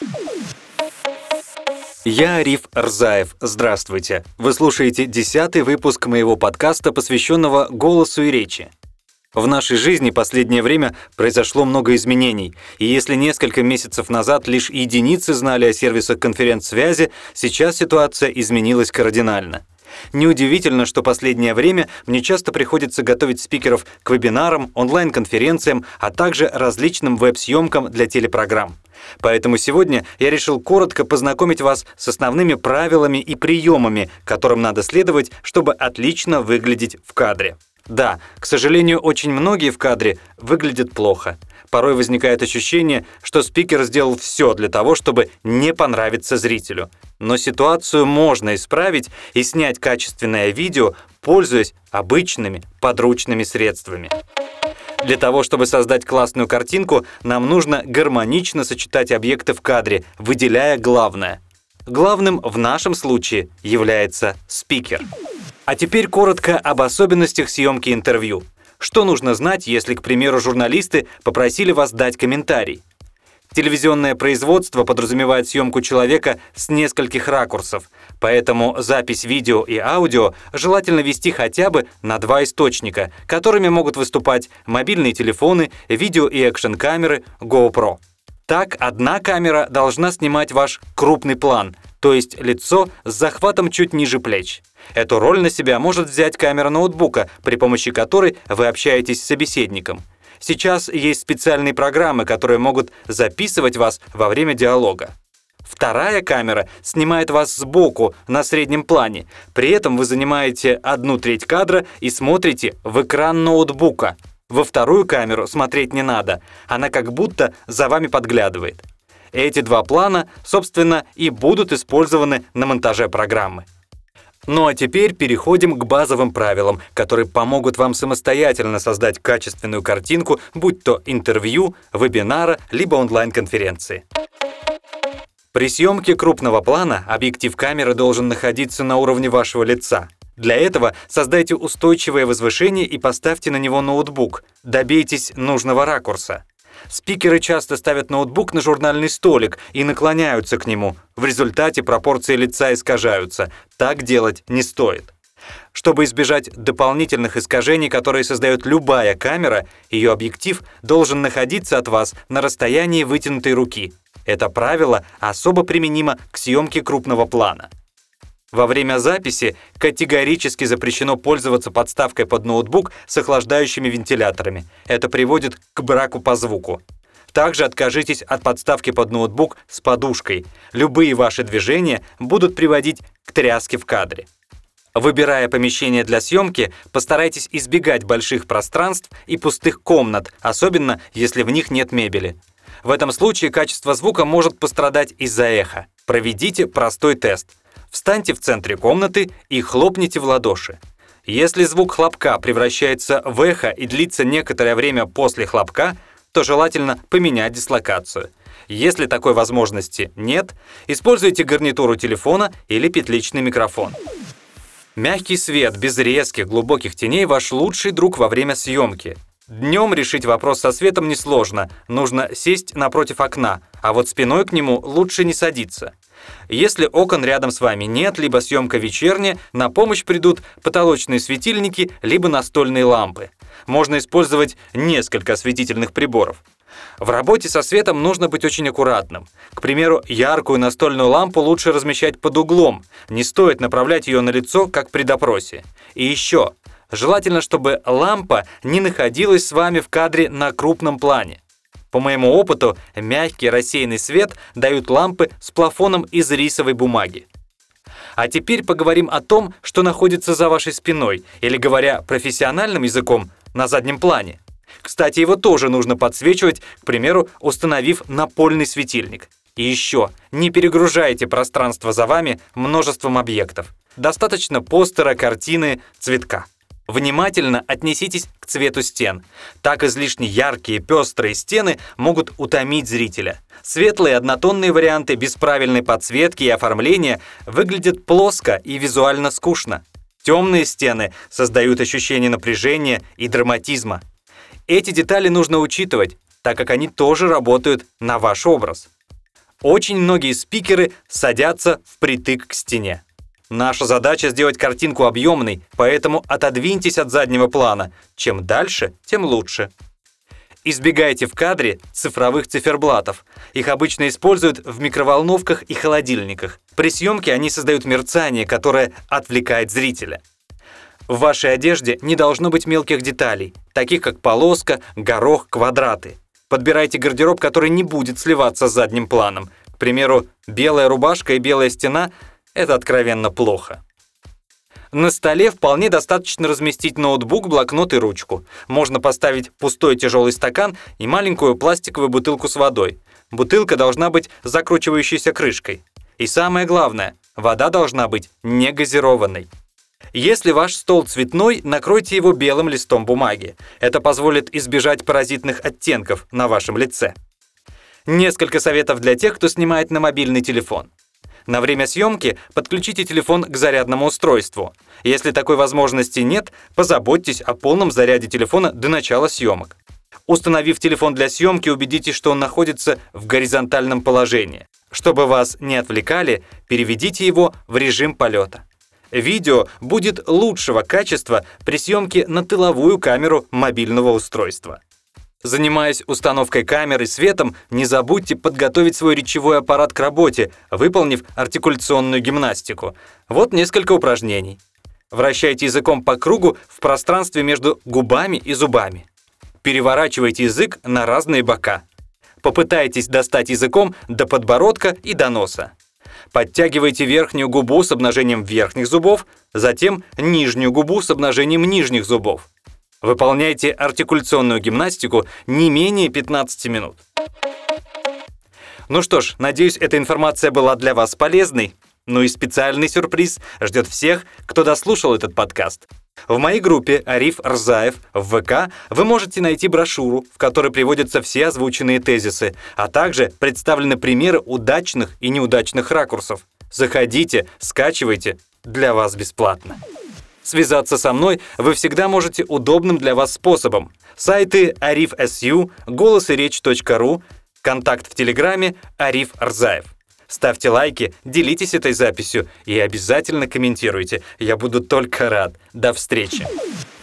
Я Ариф Рзаев. Здравствуйте. Вы слушаете 10-й выпуск моего подкаста, посвященного голосу и речи. В нашей жизни последнее время произошло много изменений, и если несколько месяцев назад лишь единицы знали о сервисах конференц-связи, сейчас ситуация изменилась кардинально. Неудивительно, что последнее время мне часто приходится готовить спикеров к вебинарам, онлайн-конференциям, а также различным веб-съемкам для телепрограмм. Поэтому сегодня я решил коротко познакомить вас с основными правилами и приемами, которым надо следовать, чтобы отлично выглядеть в кадре. Да, к сожалению, очень многие в кадре выглядят плохо. Порой возникает ощущение, что спикер сделал все для того, чтобы не понравиться зрителю. Но ситуацию можно исправить и снять качественное видео, пользуясь обычными подручными средствами. Для того, чтобы создать классную картинку, нам нужно гармонично сочетать объекты в кадре, выделяя главное. Главным в нашем случае является спикер. А теперь коротко об особенностях съемки интервью. Что нужно знать, если, к примеру, журналисты попросили вас дать комментарий? Телевизионное производство подразумевает съемку человека с нескольких ракурсов, поэтому запись видео и аудио желательно вести хотя бы на 2 источника, которыми могут выступать мобильные телефоны, видео- и экшн-камеры, GoPro. Так, одна камера должна снимать ваш крупный план, то есть лицо с захватом чуть ниже плеч. Эту роль на себя может взять камера ноутбука, при помощи которой вы общаетесь с собеседником. Сейчас есть специальные программы, которые могут записывать вас во время диалога. Вторая камера снимает вас сбоку, на среднем плане. При этом вы занимаете 1/3 кадра и смотрите в экран ноутбука. Во вторую камеру смотреть не надо, она как будто за вами подглядывает. Эти 2 плана, собственно, и будут использованы на монтаже программы. Ну а теперь переходим к базовым правилам, которые помогут вам самостоятельно создать качественную картинку, будь то интервью, вебинара, либо онлайн-конференции. При съемке крупного плана объектив камеры должен находиться на уровне вашего лица. Для этого создайте устойчивое возвышение и поставьте на него ноутбук. Добейтесь нужного ракурса. Спикеры часто ставят ноутбук на журнальный столик и наклоняются к нему. В результате пропорции лица искажаются. Так делать не стоит. Чтобы избежать дополнительных искажений, которые создает любая камера, ее объектив должен находиться от вас на расстоянии вытянутой руки. Это правило особо применимо к съемке крупного плана. Во время записи категорически запрещено пользоваться подставкой под ноутбук с охлаждающими вентиляторами. Это приводит к браку по звуку. Также откажитесь от подставки под ноутбук с подушкой. Любые ваши движения будут приводить к тряске в кадре. Выбирая помещение для съемки, постарайтесь избегать больших пространств и пустых комнат, особенно если в них нет мебели. В этом случае качество звука может пострадать из-за эха. Проведите простой тест. Встаньте в центре комнаты и хлопните в ладоши. Если звук хлопка превращается в эхо и длится некоторое время после хлопка, то желательно поменять дислокацию. Если такой возможности нет, используйте гарнитуру телефона или петличный микрофон. Мягкий свет без резких глубоких теней ваш лучший друг во время съемки. Днем решить вопрос со светом несложно, нужно сесть напротив окна, а вот спиной к нему лучше не садиться. Если окон рядом с вами нет, либо съемка вечерняя, на помощь придут потолочные светильники, либо настольные лампы. Можно использовать несколько осветительных приборов. В работе со светом нужно быть очень аккуратным. К примеру, яркую настольную лампу лучше размещать под углом, не стоит направлять ее на лицо, как при допросе. И еще, желательно, чтобы лампа не находилась с вами в кадре на крупном плане. По моему опыту, мягкий рассеянный свет дают лампы с плафоном из рисовой бумаги. А теперь поговорим о том, что находится за вашей спиной, или, говоря профессиональным языком, на заднем плане. Кстати, его тоже нужно подсвечивать, к примеру, установив напольный светильник. И еще, не перегружайте пространство за вами множеством объектов. Достаточно постера, картины, цветка. Внимательно отнеситесь к цвету стен. Так излишне яркие, пестрые стены могут утомить зрителя. Светлые однотонные варианты без правильной подсветки и оформления выглядят плоско и визуально скучно. Темные стены создают ощущение напряжения и драматизма. Эти детали нужно учитывать, так как они тоже работают на ваш образ. Очень многие спикеры садятся впритык к стене. Наша задача сделать картинку объемной, поэтому отодвиньтесь от заднего плана. Чем дальше, тем лучше. Избегайте в кадре цифровых циферблатов. Их обычно используют в микроволновках и холодильниках. При съемке они создают мерцание, которое отвлекает зрителя. В вашей одежде не должно быть мелких деталей, таких как полоска, горох, квадраты. Подбирайте гардероб, который не будет сливаться с задним планом. К примеру, белая рубашка и белая стена – это откровенно плохо. На столе вполне достаточно разместить ноутбук, блокнот и ручку. Можно поставить пустой тяжелый стакан и маленькую пластиковую бутылку с водой. Бутылка должна быть закручивающейся крышкой. И самое главное, вода должна быть не газированной. Если ваш стол цветной, накройте его белым листом бумаги. Это позволит избежать паразитных оттенков на вашем лице. Несколько советов для тех, кто снимает на мобильный телефон. На время съемки подключите телефон к зарядному устройству. Если такой возможности нет, позаботьтесь о полном заряде телефона до начала съемок. Установив телефон для съемки, убедитесь, что он находится в горизонтальном положении. Чтобы вас не отвлекали, переведите его в режим полета. Видео будет лучшего качества при съемке на тыловую камеру мобильного устройства. Занимаясь установкой камеры и светом, не забудьте подготовить свой речевой аппарат к работе, выполнив артикуляционную гимнастику. Вот несколько упражнений. Вращайте языком по кругу в пространстве между губами и зубами. Переворачивайте язык на разные бока. Попытайтесь достать языком до подбородка и до носа. Подтягивайте верхнюю губу с обнажением верхних зубов, затем нижнюю губу с обнажением нижних зубов. Выполняйте артикуляционную гимнастику не менее 15 минут. Ну что ж, надеюсь, эта информация была для вас полезной. Ну и специальный сюрприз ждет всех, кто дослушал этот подкаст. В моей группе Ариф Рзаев в ВК вы можете найти брошюру, в которой приводятся все озвученные тезисы, а также представлены примеры удачных и неудачных ракурсов. Заходите, скачивайте, для вас бесплатно. Связаться со мной вы всегда можете удобным для вас способом. Сайты arif.su, голосиречь.ру, контакт в Телеграме Ариф Рзаев. Ставьте лайки, делитесь этой записью и обязательно комментируйте. Я буду только рад. До встречи!